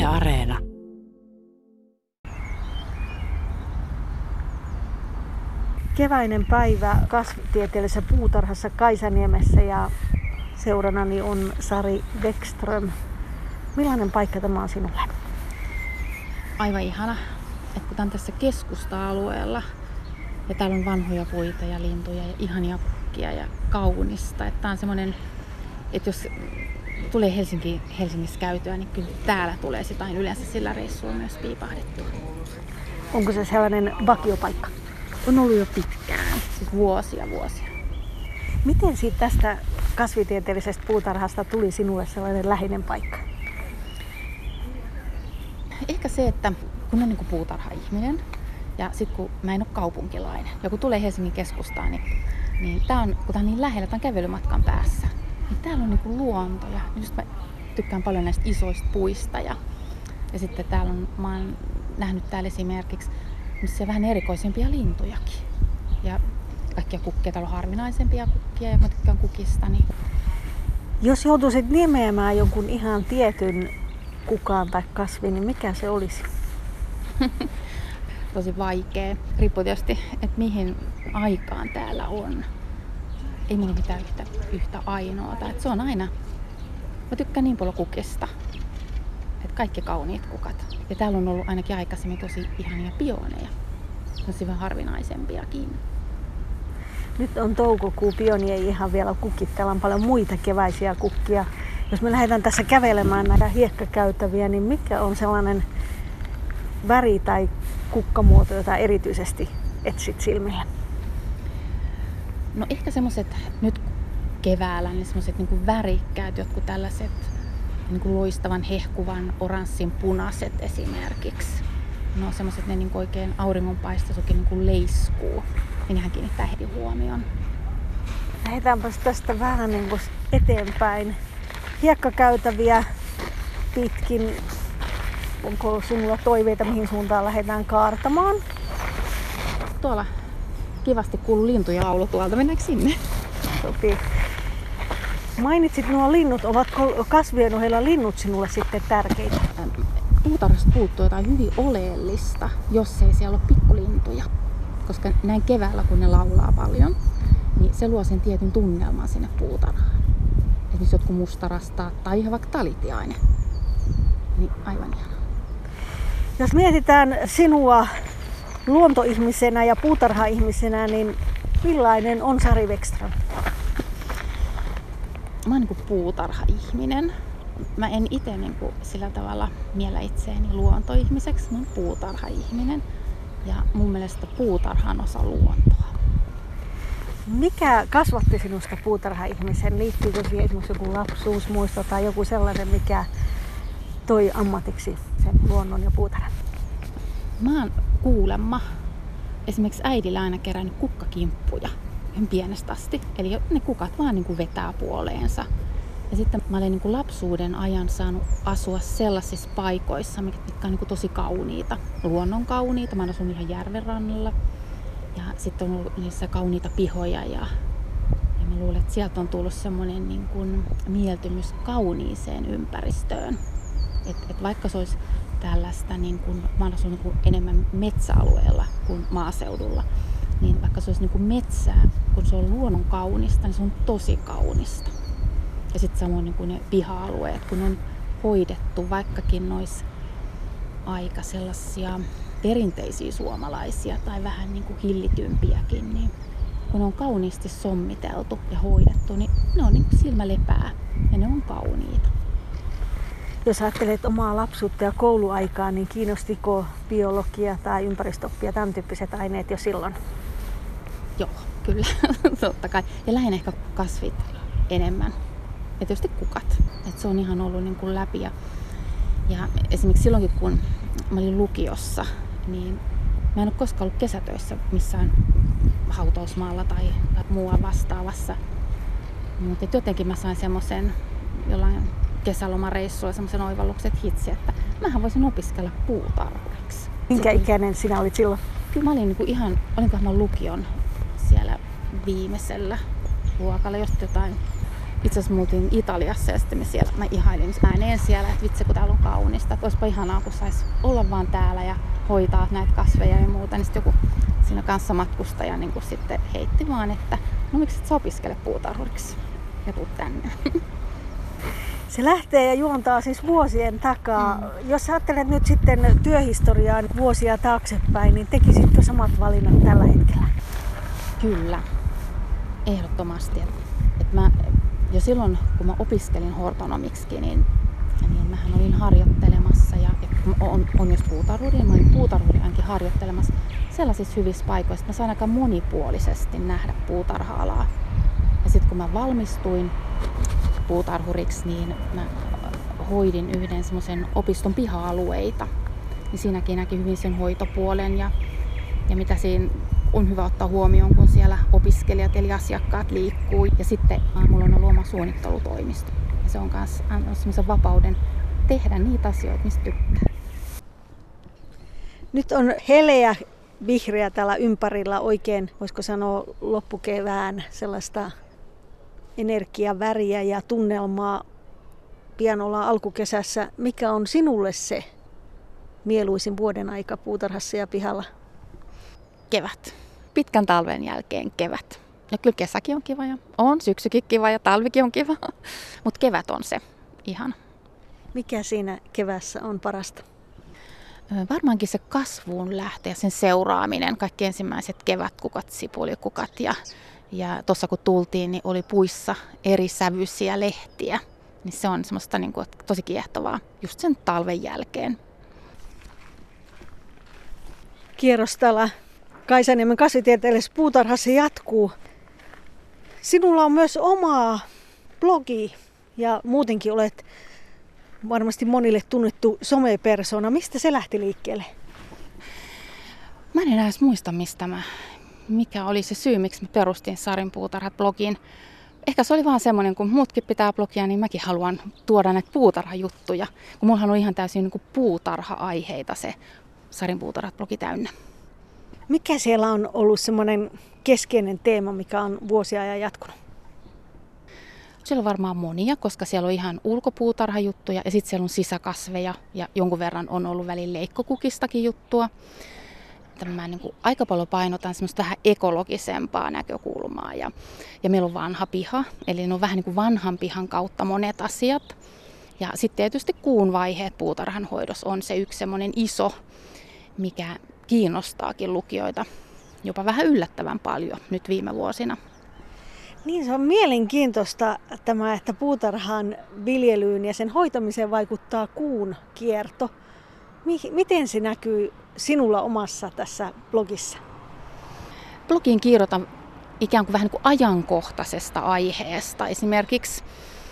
Areena. Keväinen päivä kasvitieteellisessä puutarhassa Kaisaniemessä ja seuranani on Sari Bäckström. Millainen paikka tämä on sinulle? Aivan ihana, että kun tämä on tässä keskusta-alueella ja täällä on vanhoja puita ja lintuja ja ihania kukkia ja kaunista. Että tämä on semmoinen, että jos tulee Helsingissä käytyä, niin kyllä täällä tulee sitä aina yleensä sillä reissulla myös piipahdettua. Onko se sellainen vakiopaikka? On ollut jo pitkään, siis vuosia. Miten siitä tästä kasvitieteellisestä puutarhasta tuli sinulle sellainen läheinen paikka? Ehkä se, että kun on niin kuin puutarha-ihminen ja sitten kun mä en ole kaupunkilainen ja kun tulee Helsingin keskustaan, niin tää on, kun tää on niin lähellä, tää on kävelymatkan päässä, niin täällä on niin kuin luonto ja just mä tykkään paljon näistä isoista puista ja sitten täällä on, mä oon nähnyt täällä esimerkiksi vähän erikoisempia lintujakin ja kaikkia kukkia, täällä on harvinaisempia kukkia ja mä tykkään kukista. Niin... Jos joutuisit nimeämään jonkun ihan tietyn kukaan tai kasvi, niin mikä se olisi? Tosi vaikea. Riippuu tietysti, että mihin aikaan täällä on. Ei mulla mitään yhtä ainoata. Että se on aina, mä tykkään niin paljon kukista. Että kaikki kauniit kukat. Ja täällä on ollut ainakin aikaisemmin tosi ihania pioneja. Tosi vähän harvinaisempiakin. Nyt on toukokuu, pioni ei ihan vielä kukit. Täällä on paljon muita keväisiä kukkia. Jos me lähdetään tässä kävelemään näitä hiekkakäytäviä, niin mikä on sellainen väri tai kukkamuoto, jota erityisesti etsit silmillä? No ehkä semmoiset nyt keväällä, niin semmoiset niin kuin värikkäät, jotkut tällaiset niin kuin loistavan hehkuvan oranssin punaiset esimerkiksi. No semmoiset ne niin kuin oikein auringonpaistoisuukin niin kuin leiskuu, niin nehän kiinnittää heti huomioon. Lähdetäänpäs tästä vähän niin kuin eteenpäin. Hiekkakäytäviä pitkin. Onko sinulla toiveita, mihin suuntaan lähdetään kaartamaan? Tuolla kivasti kuuluu lintuja laulu tuolta. Mennäänkö sinne? Sopii. Mainitsit nuo linnut. Ovatko kasvien ohella linnut sinulle sitten tärkeitä? Puutarhasta puuttuu jotain hyvin oleellista, jos ei siellä ole pikkulintuja. Koska näin keväällä, kun ne laulaa paljon, niin se luo sen tietyn tunnelman sinne puutarhaan. Esimerkiksi jotkut mustarastaat tai ihan vaikka talitiainen. Niin aivan ihanaa. Jos mietitään sinua luontoihmisenä ja puutarha-ihmisenä, niin millainen on Sari Bäckström? Mä oon niin kuin puutarha-ihminen. Mä en itse niin kuin sillä tavalla miellä itseäni luontoihmiseksi. Mä oon puutarha-ihminen ja mun mielestä puutarha on osa luontoa. Mikä kasvatti sinusta puutarha-ihmisen? Liittyykö siihen esimerkiksi joku lapsuusmuisto tai joku sellainen, mikä toi ammatiksi sen luonnon ja puutarhan? Mä oon kuulemma esimerkiksi äidillä aina kerännyt kukkakimppuja ihan pienestä asti. Eli ne kukat vaan niin kuin vetää puoleensa. Ja sitten mä olen niin kuin lapsuuden ajan saanut asua sellaisissa paikoissa, mitkä on niin kuin tosi kauniita, luonnon kauniita. Mä oon asunut ihan järven rannalla. Ja sitten on ollut niissä kauniita pihoja ja mä luulen, että sieltä on tullut semmoinen niin kuin mieltymys kauniiseen ympäristöön. Et vaikka se olisi tällaista, niin kuin, mä oon asunut niin enemmän metsäalueella kuin maaseudulla, niin vaikka se olisi niin kuin metsää, kun se on luonnon kaunista, niin se on tosi kaunista. Ja sitten samoin niin kuin ne piha-alueet, kun on hoidettu, vaikkakin nois aika sellaisia perinteisiä suomalaisia tai vähän niin kuin hillitympiäkin, niin kun ne on kauniisti sommiteltu ja hoidettu, niin ne on niin kuin silmä lepää ja ne on kauniita. Jos ajattelet omaa lapsuutta ja kouluaikaa, niin kiinnostiko biologia tai ympäristöoppia, tämän tyyppiset aineet jo silloin? Joo, kyllä, totta kai. Ja lähinnä ehkä kasvit enemmän. Ja tietysti kukat. Et se on ihan ollut niin kuin läpi. Ja esimerkiksi silloinkin, kun mä olin lukiossa, niin mä en ole koskaan ollut kesätöissä missään hautausmaalla tai muualla vastaavassa. Mutta jotenkin mä sain semmoisen jollain kesälomareissulla semmoisen oivalluksen hitsi, että mähän voisin opiskella puutarhuriksi. Minkä ikäinen sinä olit silloin? Kyllä mä olin niin kuin olinkohan mä lukion siellä viimeisellä luokalla, just jotain Itse asiassa me oltiin Italiassa ja sitten mä ihailin ääneen siellä, että vitsi kun täällä on kaunista. Että olisipa ihanaa, kun sais olla vaan täällä ja hoitaa näitä kasveja ja muuta. Niin sitten joku siinä kanssa matkustaja niin kuin sitten heitti vaan, että no miksi et sä opiskele puutarhuriksi ja tuu tänne. Se lähtee ja juontaa siis vuosien takaa. Jos ajattelet nyt sitten työhistoriaa vuosia taaksepäin, niin tekisitkö samat valinnat tällä hetkellä? Kyllä, ehdottomasti. Et mä, jo silloin, kun mä opiskelin hortonomiksi, niin mähän olin harjoittelemassa ja on just puutarhuri, mä olin puutarhuri ainakin harjoittelemassa sellaisissa hyvissä paikoissa, että mä sain aika monipuolisesti nähdä puutarha-alaa. Ja sitten kun mä valmistuin puutarhuriksi, niin mä hoidin yhden semmoisen opiston piha-alueita. Niin siinäkin näki hyvin sen hoitopuolen ja mitä siinä on hyvä ottaa huomioon, kun siellä opiskelijat eli asiakkaat liikkuu. Ja sitten mulla on ollut oma suunnittelutoimisto. Ja se on myös antanut semmoisen vapauden tehdä niitä asioita, mistä tykkää. Nyt on heleä vihreä täällä ympärillä oikein, voisiko sanoa loppukevään sellaista energiaväriä ja tunnelmaa. Pian ollaan alkukesässä. Mikä on sinulle se mieluisin vuoden aika puutarhassa ja pihalla? Kevät. Pitkän talven jälkeen kevät. No kyllä kesäkin on kiva ja on syksykin kiva ja talvikin on kiva, mutta kevät on se ihana. Mikä siinä kevässä on parasta? Varmaankin se kasvuun lähtö ja sen seuraaminen. Kaikki ensimmäiset kevätkukat, sipulikukat ja tuossa kun tultiin, niin oli puissa eri sävyisiä lehtiä. Niin se on semmoista niin kuin, tosi kiehtovaa just sen talven jälkeen. Kierros täällä Kaisaniemen kasvitieteellisessä puutarhassa jatkuu. Sinulla on myös oma blogi ja muutenkin olet varmasti monille tunnettu somepersona. Mistä se lähti liikkeelle? Mä en enää edes muista, mikä oli se syy, miksi mä perustin Sarin puutarhat-blogin. Ehkä se oli vaan semmoinen, kun muutkin pitää blogia, niin mäkin haluan tuoda näitä puutarhajuttuja. Kun mullahan on ihan täysin niin kuin puutarha-aiheita se Sarin puutarhat-blogi täynnä. Mikä siellä on ollut semmoinen keskeinen teema, mikä on vuosia ajan jatkunut? Siellä on varmaan monia, koska siellä on ihan ulkopuutarhajuttuja ja sitten siellä on sisäkasveja ja jonkun verran on ollut välillä leikkokukistakin juttua. Mä niin kuin aika paljon painotan semmoista vähän ekologisempaa näkökulmaa ja meillä on vanha piha, eli ne on vähän niin kuin vanhan pihan kautta monet asiat. Ja sitten tietysti kuun vaiheet puutarhanhoidossa on se yksi semmoinen iso, mikä kiinnostaakin lukijoita jopa vähän yllättävän paljon nyt viime vuosina. Niin, se on mielenkiintoista tämä, että puutarhan viljelyyn ja sen hoitamiseen vaikuttaa kuun kierto. Miten se näkyy sinulla omassa tässä blogissa? Blogiin kirjoitan ikään kuin vähän niin kuin ajankohtaisesta aiheesta. Esimerkiksi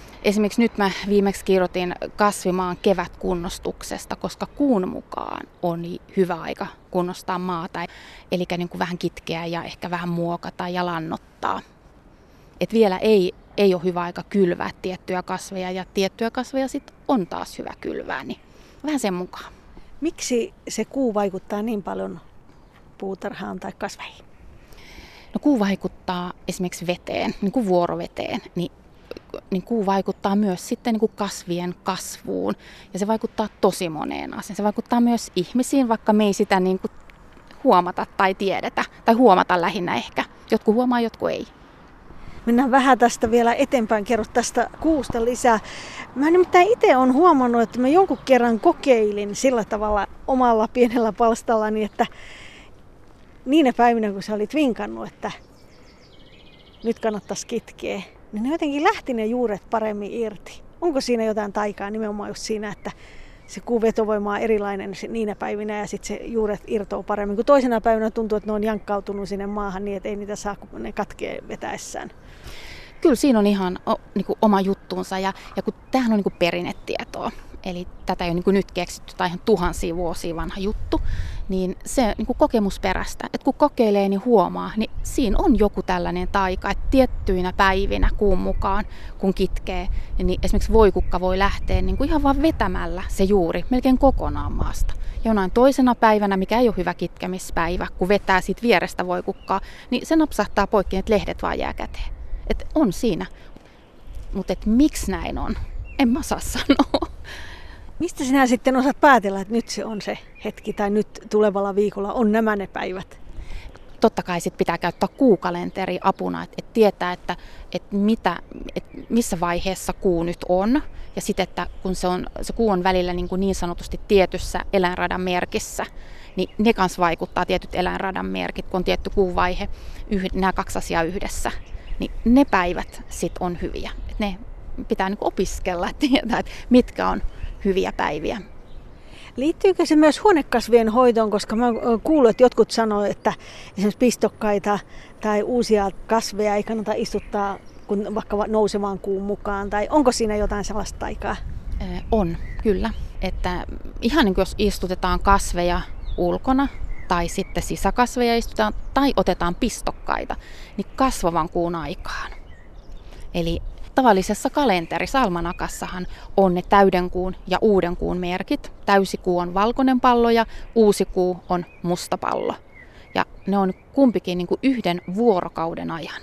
nyt mä viimeksi kirjoitin kasvimaan kevätkunnostuksesta, koska kuun mukaan on hyvä aika kunnostaa maata. Eli niin kuin vähän kitkeä ja ehkä vähän muokata ja lannottaa. Et vielä ei ole hyvä aika kylvää tiettyjä kasveja ja tiettyjä kasveja sit on taas hyvä kylvää, niin vähän sen mukaan. Miksi se kuu vaikuttaa niin paljon puutarhaan tai kasveihin? No kuu vaikuttaa esimerkiksi veteen, niin kuin vuoroveteen, niin kuu vaikuttaa myös sitten niin kuin kasvien kasvuun ja se vaikuttaa tosi moneen asiaan. Se vaikuttaa myös ihmisiin, vaikka me ei sitä niin kuin huomata tai tiedetä tai huomata lähinnä ehkä. Jotkut huomaa, jotkut ei. Mennään vähän tästä vielä eteenpäin, kerro tästä kuusta lisää. Mä nimittäin itse olen huomannut, että mä jonkun kerran kokeilin sillä tavalla omalla pienellä palstallani, että niinä päivinä kun sä olit vinkannut, että nyt kannattaisi kitkeä, niin ne jotenkin lähti ne juuret paremmin irti. Onko siinä jotain taikaa nimenomaan just siinä, että se kuun vetovoima on erilainen niinä päivinä ja sitten se juuret irtoaa paremmin. Kun toisena päivänä tuntuu, että ne on jankkautunut sinne maahan niin, että ei niitä saa, kun ne katkee vetäessään. Kyllä siinä on ihan niin kuin oma juttuunsa ja kun tämähän on niin kuin perinnetietoa. Eli tätä ei ole niin kuin nyt keksitty tai ihan tuhansia vuosia vanha juttu, niin se niin kuin kokemusperäistä. Että kun kokeilee, niin huomaa, niin siinä on joku tällainen taika, että tiettyinä päivinä kuun mukaan, kun kitkee, niin esimerkiksi voikukka voi lähteä niin kuin ihan vaan vetämällä se juuri melkein kokonaan maasta. Ja jonain toisena päivänä, mikä ei ole hyvä kitkemispäivä, kun vetää siitä vierestä voikukkaa, niin se napsahtaa poikki, että lehdet vaan jää käteen. Että on siinä. Mutta miksi näin on, en mä saa sanoa. Mistä sinä sitten osaat päätellä, että nyt se on se hetki tai nyt tulevalla viikolla on nämä ne päivät? Totta kai sit pitää käyttää kuukalenteri apuna, että tietää, että missä vaiheessa kuu nyt on. Ja sitten, että kun se kuu on välillä niin sanotusti tietyssä eläinradan merkissä, niin ne kanssa vaikuttaa tietyt eläinradan merkit, kun on tietty kuuvaihe, nämä 2 asiaa yhdessä. Niin ne päivät sitten on hyviä. Et ne pitää niin opiskella, että tietää, että mitkä on hyviä päiviä. Liittyykö se myös huonekasvien hoitoon, koska mä oon kuullut, että jotkut sanoo, että esimerkiksi pistokkaita tai uusia kasveja ei kannata istuttaa kun vaikka nousevaan kuun mukaan, tai onko siinä jotain sellaista aikaa? On, kyllä. Että ihan niin kuin jos istutetaan kasveja ulkona tai sitten sisäkasveja istutetaan tai otetaan pistokkaita, niin kasvavan kuun aikaan. Eli tavallisessa kalenterissa, almanakassahan on ne täydenkuun ja uudenkuun merkit. Täysikuu on valkoinen pallo ja uusikuu on musta pallo. Ja ne on kumpikin niin kuin 1 vuorokauden ajan.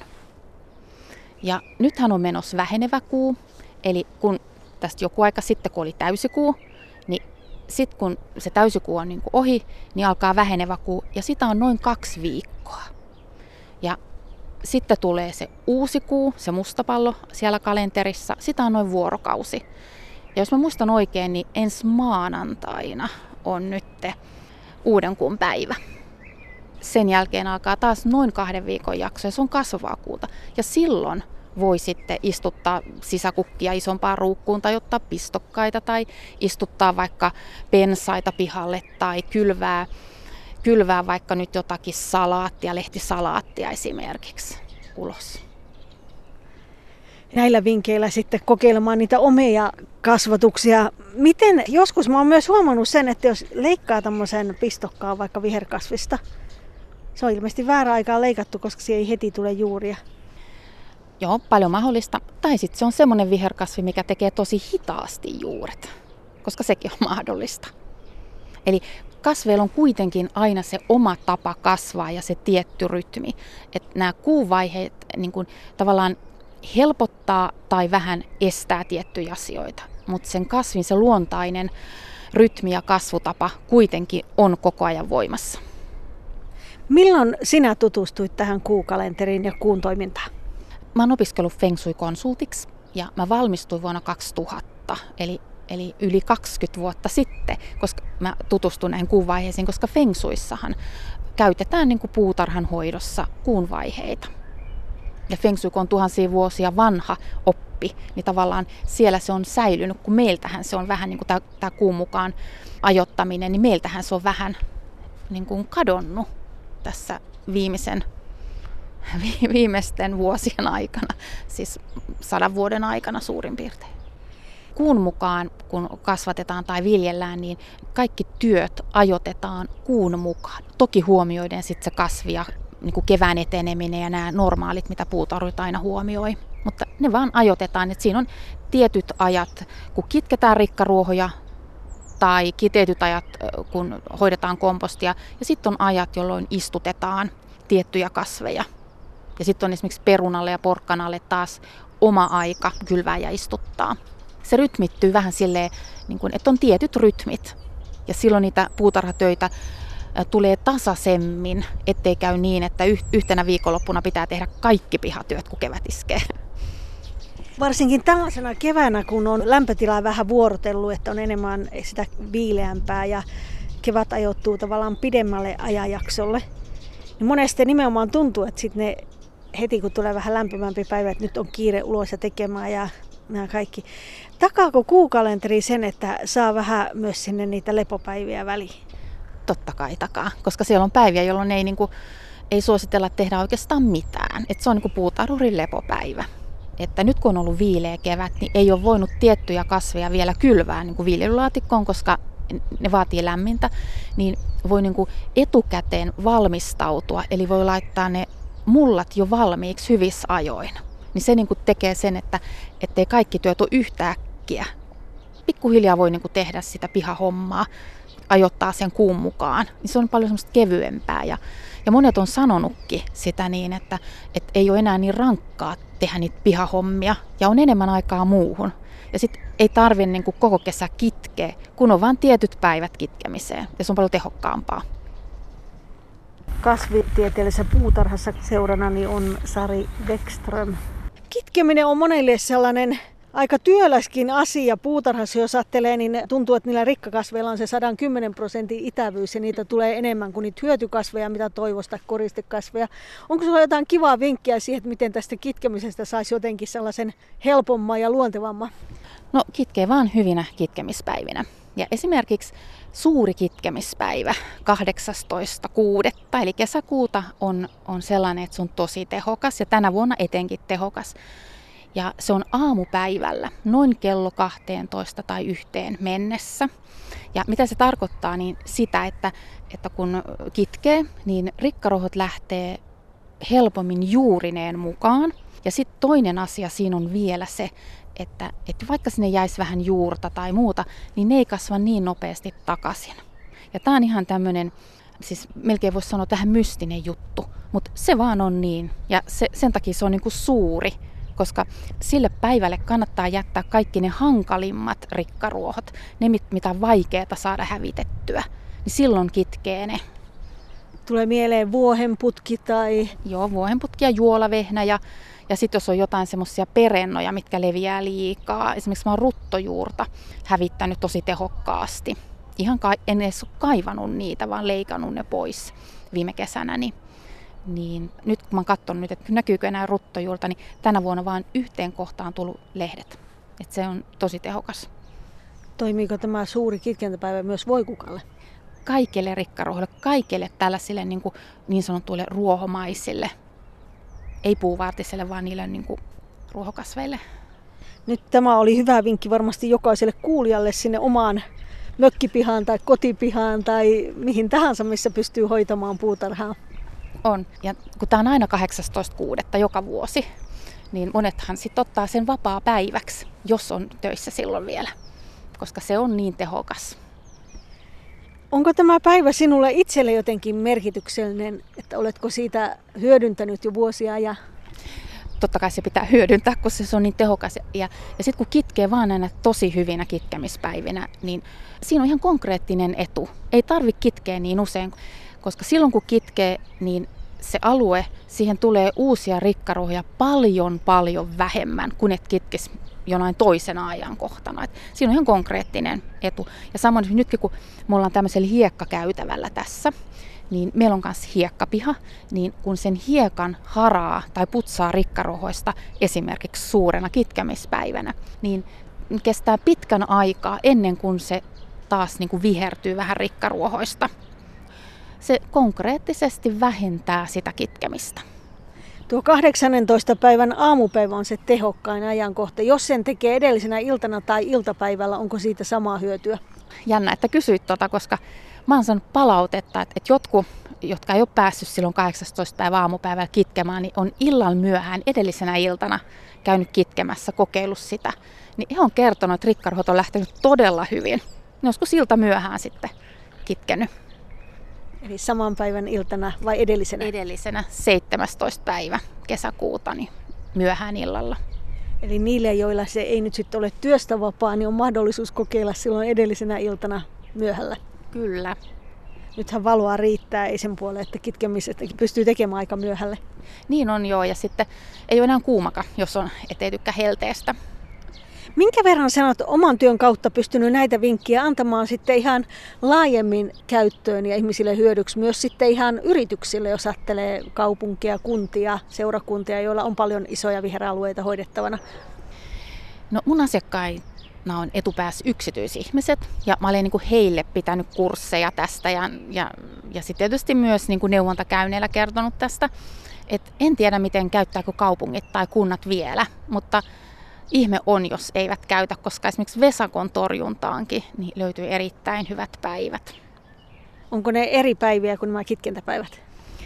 Ja nythän on menossa vähenevä kuu, eli kun tästä joku aika sitten, kun oli täysikuu, niin sitten kun se täysikuu on niin kuin ohi, niin alkaa vähenevä kuu ja sitä on noin 2 viikkoa. Ja sitten tulee se uusi kuu, se musta pallo siellä kalenterissa, sitä on noin vuorokausi. Ja jos mä muistan oikein, niin ensi maanantaina on nyt uudenkuun päivä. Sen jälkeen alkaa taas noin 2 viikon jakso ja se on kasvavaa kuuta. Ja silloin voi sitten istuttaa sisäkukkia isompaan ruukkuun tai ottaa pistokkaita tai istuttaa vaikka pensaita pihalle tai kylvää vaikka nyt jotakin salaattia, lehtisalaattia esimerkiksi ulos. Näillä vinkkeillä sitten kokeilemaan niitä omia kasvatuksia. Miten, joskus mä oon myös huomannut sen, että jos leikkaa tämmöisen pistokkaan vaikka viherkasvista, se on ilmeisesti väärä aikaa leikattu, koska siihen ei heti tule juuria. Joo, paljon mahdollista. Tai sitten se on semmoinen viherkasvi, mikä tekee tosi hitaasti juuret, koska sekin on mahdollista. Eli kasveilla on kuitenkin aina se oma tapa kasvaa ja se tietty rytmi. Että nämä kuuvaiheet niin kuin tavallaan helpottaa tai vähän estää tiettyjä asioita, mutta sen kasvin se luontainen rytmi ja kasvutapa kuitenkin on koko ajan voimassa. Milloin sinä tutustuit tähän kuukalenteriin ja kuun toimintaan? Mä oon opiskellut Feng Shui-konsultiksi ja mä valmistuin vuonna 2000, eli yli 20 vuotta sitten, koska mä tutustuin näihin kuun vaiheisiin, koska Feng Shuissahan käytetään niin kuin puutarhan hoidossa kuun vaiheita. Ja Feng Shui, kun on tuhansia vuosia vanha oppi, niin tavallaan siellä se on säilynyt, kun meiltähän se on vähän niin kuin tämä kuun mukaan ajoittaminen, niin meiltähän se on vähän niin kuin kadonnut tässä viimeisten vuosien aikana, siis 100 vuoden aikana suurin piirtein. Kuun mukaan, kun kasvatetaan tai viljellään, niin kaikki työt ajoitetaan kuun mukaan. Toki huomioiden sitten se kasvi ja niin kuin kevään eteneminen ja nämä normaalit, mitä puutarhurit aina huomioi. Mutta ne vaan ajoitetaan, että siinä on tietyt ajat, kun kitketään rikkaruohoja tai tietyt ajat, kun hoidetaan kompostia. Ja sitten on ajat, jolloin istutetaan tiettyjä kasveja. Ja sitten on esimerkiksi perunalle ja porkkanalle taas oma aika kylvää ja istuttaa. Se rytmittyy vähän silleen, että on tietyt rytmit. Ja silloin niitä puutarhatöitä tulee tasaisemmin, ettei käy niin, että yhtenä viikonloppuna pitää tehdä kaikki pihatyöt, kun kevät iskee. Varsinkin tällaisena keväänä, kun on lämpötila vähän vuorotellut, että on enemmän sitä viileämpää ja kevät ajoittuu tavallaan pidemmälle ajanjaksolle, niin monesti nimenomaan tuntuu, että sitten ne heti kun tulee vähän lämpimämpi päivä, että nyt on kiire ulos ja tekemään ja nämä kaikki. Takaako kuukalenteri sen, että saa vähän myös sinne niitä lepopäiviä väliin? Totta kai takaa, koska siellä on päiviä, jolloin ei suositella tehdä oikeastaan mitään. Et se on puutarhurin lepopäivä. Että nyt kun on ollut viileä kevät, niin ei ole voinut tiettyjä kasveja vielä kylvää viljelylaatikkoon, koska ne vaatii lämmintä, niin voi etukäteen valmistautua, eli voi laittaa ne mullat jo valmiiksi hyvissä ajoin. Niin se tekee sen, että ettei kaikki työt ole yhtäkkiä. Pikkuhiljaa voi tehdä sitä pihahommaa, ajoittaa sen kuun mukaan, niin se on paljon semmoista kevyempää. Ja monet on sanonutkin sitä niin, että ei ole enää niin rankkaa tehdä niitä pihahommia ja on enemmän aikaa muuhun. Ja sitten ei tarvitse niin kuin koko kesä kitkeä, kun on vain tietyt päivät kitkemiseen ja se on paljon tehokkaampaa. Kasvitieteellisessä puutarhassa seuranani on Sari Bäckström. Kitkeminen on monelle sellainen aika työläskin asia puutarhassa, jos ajattelee, niin tuntuu, että niillä rikkakasveilla on se 110% itävyys ja niitä tulee enemmän kuin niitä hyötykasveja, mitä toivosta koristekasveja. Onko sinulla jotain kivaa vinkkiä siihen, että miten tästä kitkemisestä saisi jotenkin sellaisen helpomman ja luontevamman? No kitkee vaan hyvinä kitkemispäivinä. Ja esimerkiksi suuri kitkemispäivä 18.6. eli kesäkuuta on sellainen, että se on tosi tehokas ja tänä vuonna etenkin tehokas. Ja se on aamupäivällä noin kello 12 tai 1 mennessä. Ja mitä se tarkoittaa, niin sitä, että kun kitkee, niin rikkaruohot lähtee helpommin juurineen mukaan. Ja sitten toinen asia siinä on vielä se, että vaikka sinne jäisi vähän juurta tai muuta, niin ne ei kasva niin nopeasti takaisin. Ja tämä on ihan tämmöinen, siis melkein voisi sanoa tähän mystinen juttu, mutta se vaan on niin. Ja sen takia se on niin kuin suuri, koska sille päivälle kannattaa jättää kaikki ne hankalimmat rikkaruohot, ne mitä on vaikeaa saada hävitettyä, niin silloin kitkee ne. Tulee mieleen vuohenputki tai... Joo, vuohenputki ja juolavehnä ja sitten jos on jotain semmoisia perennoja, mitkä leviää liikaa, esimerkiksi mä oon ruttojuurta hävittänyt tosi tehokkaasti. Ihan en edes ole kaivannut niitä, vaan leikannut ne pois viime kesänä. Niin nyt kun mä oon katsonut, että näkyykö enää ruttojuurta, niin tänä vuonna vaan yhteen kohtaan tullut lehdet. Et se on tosi tehokas. Toimiiko tämä suuri kitkentäpäivä myös voikukalle? Kaikille rikkaruohoille, kaikille tällaisille niin sanotuille ruohomaisille. Ei puuvartiselle, vaan niille ruohokasveille. Nyt tämä oli hyvä vinkki varmasti jokaiselle kuulijalle sinne omaan mökkipihaan tai kotipihaan tai mihin tahansa, missä pystyy hoitamaan puutarhaa. On. Ja kun tämä on aina 18.6. joka vuosi, niin monethan sitten ottaa sen vapaa päiväksi, jos on töissä silloin vielä, koska se on niin tehokas. Onko tämä päivä sinulle itselle jotenkin merkityksellinen, että oletko siitä hyödyntänyt jo vuosia? Ja... Totta kai se pitää hyödyntää, koska se on niin tehokas. Ja sitten kun kitkee vaan näinä tosi hyvinä kitkemispäivinä, niin siinä on ihan konkreettinen etu. Ei tarvitse kitkeä niin usein, koska silloin kun kitkee, niin se alue, siihen tulee uusia rikkaruohoja paljon vähemmän, kun et kitkisi jonain toisena ajankohtana. Et siinä on ihan konkreettinen etu. Ja samoin nytkin, kun me ollaan tämmöisellä hiekkakäytävällä tässä, niin meillä on myös hiekkapiha, niin kun sen hiekan haraa tai putsaa rikkaruohoista esimerkiksi suurena kitkemispäivänä, niin kestää pitkän aikaa ennen kuin se taas vihertyy vähän rikkaruohoista. Se konkreettisesti vähentää sitä kitkemistä. Tuo 18. päivän aamupäivä on se tehokkain ajankohta. Jos sen tekee edellisenä iltana tai iltapäivällä, onko siitä samaa hyötyä? Jännä, että kysyit koska mä oon saanut palautetta, että jotkut, jotka ei ole päässyt silloin 18. päivä aamupäivällä kitkemään, niin on illalla myöhään edellisenä iltana käynyt kitkemässä, kokeillut sitä. Niin he on kertonut, että rikkaruohot on lähtenyt todella hyvin. Ne joskus ilta myöhään sitten kitkenyt. Eli saman päivän iltana vai edellisenä? Edellisenä 17. päivä kesäkuuta, niin myöhään illalla. Eli niille, joilla se ei nyt sitten ole työstä vapaa, niin on mahdollisuus kokeilla silloin edellisenä iltana myöhällä. Kyllä. Nythän valoa riittää, ei sen puolelle, että kitkemisestä pystyy tekemään aika myöhälle. Niin on joo, ja sitten ei ole enää kuumaka, jos ettei tykkää helteestä. Minkä verran sinä olet oman työn kautta pystynyt näitä vinkkejä antamaan sitten ihan laajemmin käyttöön ja ihmisille hyödyksi myös sitten ihan yrityksille, jos ajattelee kaupunkia, kuntia, seurakuntia, joilla on paljon isoja viheralueita hoidettavana? No mun asiakkaina on etupäässä yksityisihmiset ja mä olen heille pitänyt kursseja tästä ja sitten tietysti myös neuvontakäynneillä kertonut tästä. Et en tiedä miten käyttääkö kaupungit tai kunnat vielä, mutta ihme on, jos eivät käytä, koska esimerkiksi vesakon torjuntaankin niin löytyy erittäin hyvät päivät. Onko ne eri päiviä kuin nämä kitkentäpäivät?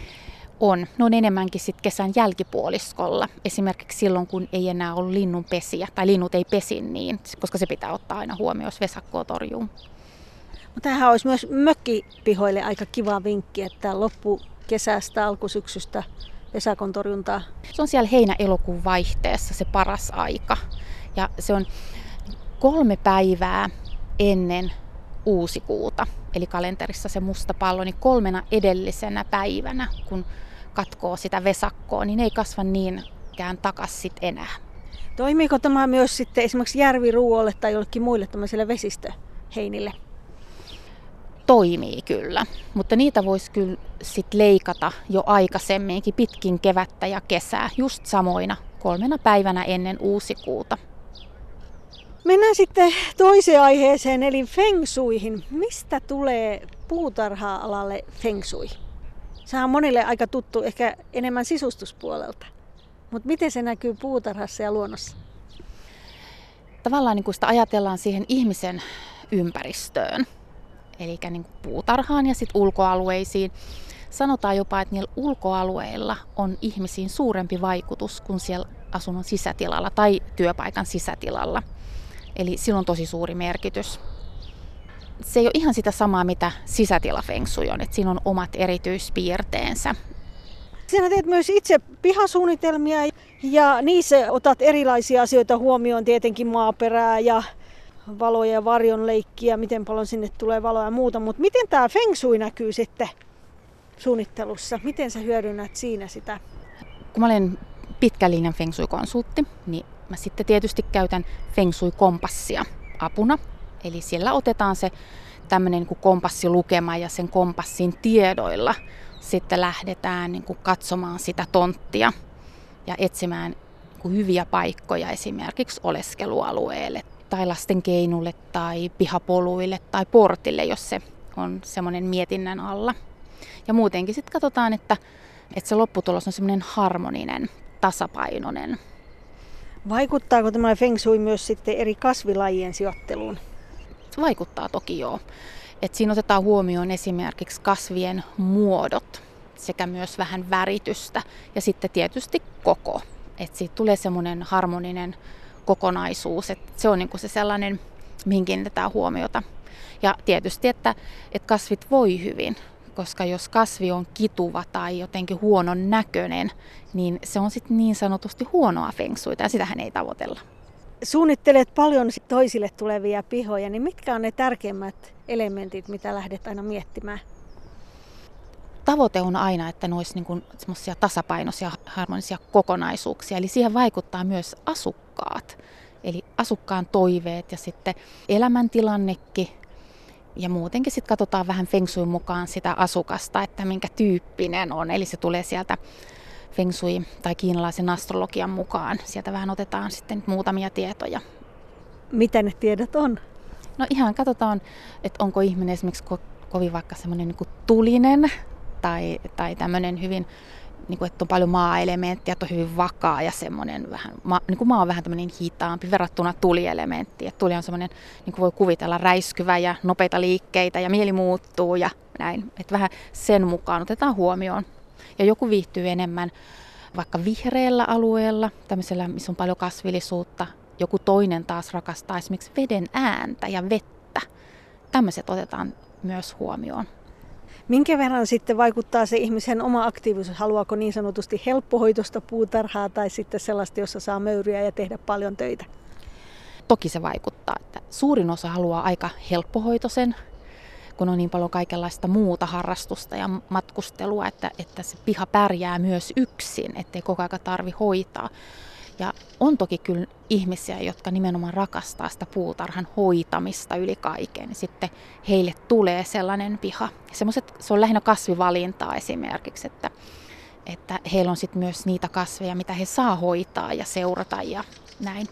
On. Ne on enemmänkin sit kesän jälkipuoliskolla. Esimerkiksi silloin, kun ei enää ole linnunpesiä tai linnut ei pesi niin, koska se pitää ottaa aina huomioon, jos vesakkoa torjuu. Tämähän olisi myös mökkipihoille aika kiva vinkki, että loppukesästä, alkusyksystä vesakon torjuntaa? Se on siellä heinä-elokuun vaihteessa se paras aika. Ja se on 3 päivää ennen uusikuuta, eli kalenterissa se musta pallo, niin 3 edellisenä päivänä, kun katkoo sitä vesakkoa, niin ne ei kasva niinkään takas sit enää. Toimiiko tämä myös sitten esimerkiksi järviruoille tai jollekin muille tämmöisille vesistöheinille? Toimii kyllä, mutta niitä voisi kyllä sit leikata jo aikaisemminkin pitkin kevättä ja kesää, just samoina 3 päivänä ennen uusikuuta. Mennään sitten toiseen aiheeseen, eli feng shuihin. Mistä tulee puutarha-alalle feng shui? Sehän on monille aika tuttu, ehkä enemmän sisustuspuolelta. Mutta miten se näkyy puutarhassa ja luonnossa? Tavallaan niin kun sitä ajatellaan siihen ihmisen ympäristöön, eli niin kuin puutarhaan ja sitten ulkoalueisiin. Sanotaan jopa, että niillä ulkoalueilla on ihmisiin suurempi vaikutus kuin siellä asunnon sisätilalla tai työpaikan sisätilalla. Eli sillä on tosi suuri merkitys. Se ei ole ihan sitä samaa, mitä sisätila feng shui on, että siinä on omat erityispiirteensä. Sinä teet myös itse pihasuunnitelmia ja niissä otat erilaisia asioita huomioon, tietenkin maaperää ja valoja ja varjon leikkiä, miten paljon sinne tulee valoa ja muuta. Mutta miten tämä feng shui näkyy sitten suunnittelussa? Miten sä hyödynnät siinä sitä? Kun mä olen pitkän linjan feng shui-konsultti, niin mä sitten tietysti käytän feng shui-kompassia apuna. Eli siellä otetaan se tämmöinen niin kompassilukema ja sen kompassin tiedoilla sitten lähdetään niin kuin katsomaan sitä tonttia ja etsimään niin kuin hyviä paikkoja esimerkiksi oleskelualueelle tai lasten keinulle tai pihapoluille tai portille, jos se on semmoinen mietinnän alla. Ja muutenkin sitten katsotaan, että se lopputulos on semmoinen harmoninen, tasapainoinen. Vaikuttaako tämä feng shui myös sitten eri kasvilajien sijoitteluun? Se vaikuttaa toki joo. Et siinä otetaan huomioon esimerkiksi kasvien muodot sekä myös vähän väritystä ja sitten tietysti koko. Et siitä tulee semmoinen harmoninen kokonaisuus, että se on niinku se sellainen, mihin kiinnitetään huomiota. Ja tietysti, että kasvit voi hyvin, koska jos kasvi on kituva tai jotenkin huonon näköinen, niin se on sitten niin sanotusti huonoa feng shuita ja sitähän ei tavoitella. Suunnittelet paljon toisille tulevia pihoja, niin mitkä on ne tärkeimmät elementit, mitä lähdet aina miettimään? Tavoite on aina, että ne olisi niin semmoisia tasapainoisia, harmonisia kokonaisuuksia. Eli siihen vaikuttaa myös asukkaat. Eli asukkaan toiveet ja sitten elämäntilannekin. Ja muutenkin sitten katsotaan vähän feng shuin mukaan sitä asukasta, että minkä tyyppinen on. Eli se tulee sieltä feng shui tai kiinalaisen astrologian mukaan. Sieltä vähän otetaan sitten muutamia tietoja. Mitä ne tiedot on? No ihan katsotaan, että onko ihminen esimerkiksi kovin vaikka semmoinen niin kuin tulinen tai tämmöinen hyvin, niin kuin, että on paljon maa-elementtiä, että on hyvin vakaa ja semmoinen vähän, niin kuin maa on vähän tämmöinen hitaampi verrattuna tulielementtiin. Että tuli on semmoinen, niin kuin voi kuvitella, räiskyvä ja nopeita liikkeitä ja mieli muuttuu ja näin. Että vähän sen mukaan otetaan huomioon. Ja joku viihtyy enemmän vaikka vihreällä alueella, tämmöisellä, missä on paljon kasvillisuutta. Joku toinen taas rakastaa esimerkiksi veden ääntä ja vettä. Tämmöiset otetaan myös huomioon. Minkä verran sitten vaikuttaa se ihmisen oma aktiivisuus? Haluaako niin sanotusti helppohoitosta puutarhaa tai sitten sellaista, jossa saa möyriä ja tehdä paljon töitä? Toki se vaikuttaa, että suurin osa haluaa aika helppohoitoisen, kun on niin paljon kaikenlaista muuta harrastusta ja matkustelua, että se piha pärjää myös yksin, ettei koko ajan tarvitse hoitaa. Ja on toki kyllä ihmisiä, jotka nimenomaan rakastaa sitä puutarhan hoitamista yli kaiken. Sitten heille tulee sellainen piha. Se on lähinnä kasvivalintaa esimerkiksi, että heillä on sitten myös niitä kasveja, mitä he saa hoitaa ja seurata ja näin.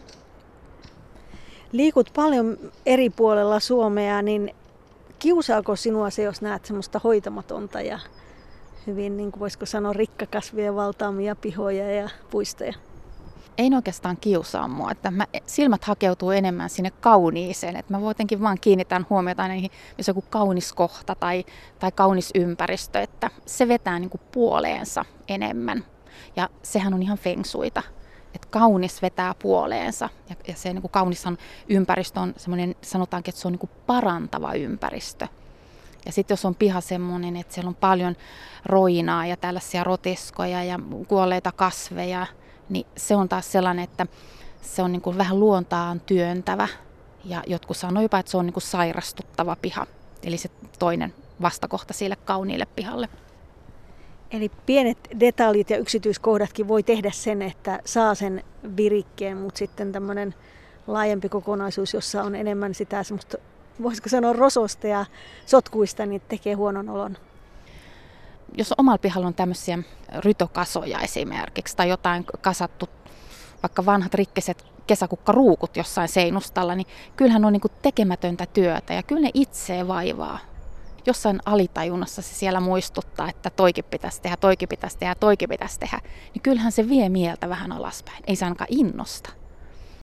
Liikut paljon eri puolella Suomea, niin kiusaako sinua se, jos näet semmoista hoitamatonta ja hyvin, niin kuin voisiko sanoa, rikkakasvien valtaamia pihoja ja puistoja? Ei oikeastaan kiusaa mua, että silmät hakeutuu enemmän sinne kauniiseen, että mä jotenkin vaan kiinnitän huomiota aina niihin, jos on joku kaunis kohta tai kaunis ympäristö, että se vetää niin kuin puoleensa enemmän. Ja sehän on ihan feng shuita, että kaunis vetää puoleensa ja se niin kuin kaunishan ympäristö on semmoinen, sanotaankin, että se on niin kuin parantava ympäristö. Ja sitten jos on piha semmoinen, että siellä on paljon roinaa ja tällaisia roteskoja ja kuolleita kasveja, niin se on taas sellainen, että se on niin kuin vähän luontaan työntävä. Ja jotkut sanoo jopa, että se on niin kuin sairastuttava piha. Eli se toinen vastakohta sille kauniille pihalle. Eli pienet detaljit ja yksityiskohdatkin voi tehdä sen, että saa sen virikkeen, mutta sitten tämmöinen laajempi kokonaisuus, jossa on enemmän sitä semmoista, voisiko sanoa rososta ja sotkuista, niin tekee huonon olon. Jos omalla pihalla on tämmöisiä rytokasoja esimerkiksi tai jotain kasattu, vaikka vanhat rikkiset kesäkukkaruukut jossain seinustalla, niin kyllähän on niin kuin tekemätöntä työtä ja kyllä ne itseä vaivaa. Jossain alitajunnassa se siellä muistuttaa, että toikin pitäisi tehdä, toikin pitäisi tehdä, toikin pitäisi tehdä, niin kyllähän se vie mieltä vähän alaspäin. Ei se ainakaan innosta.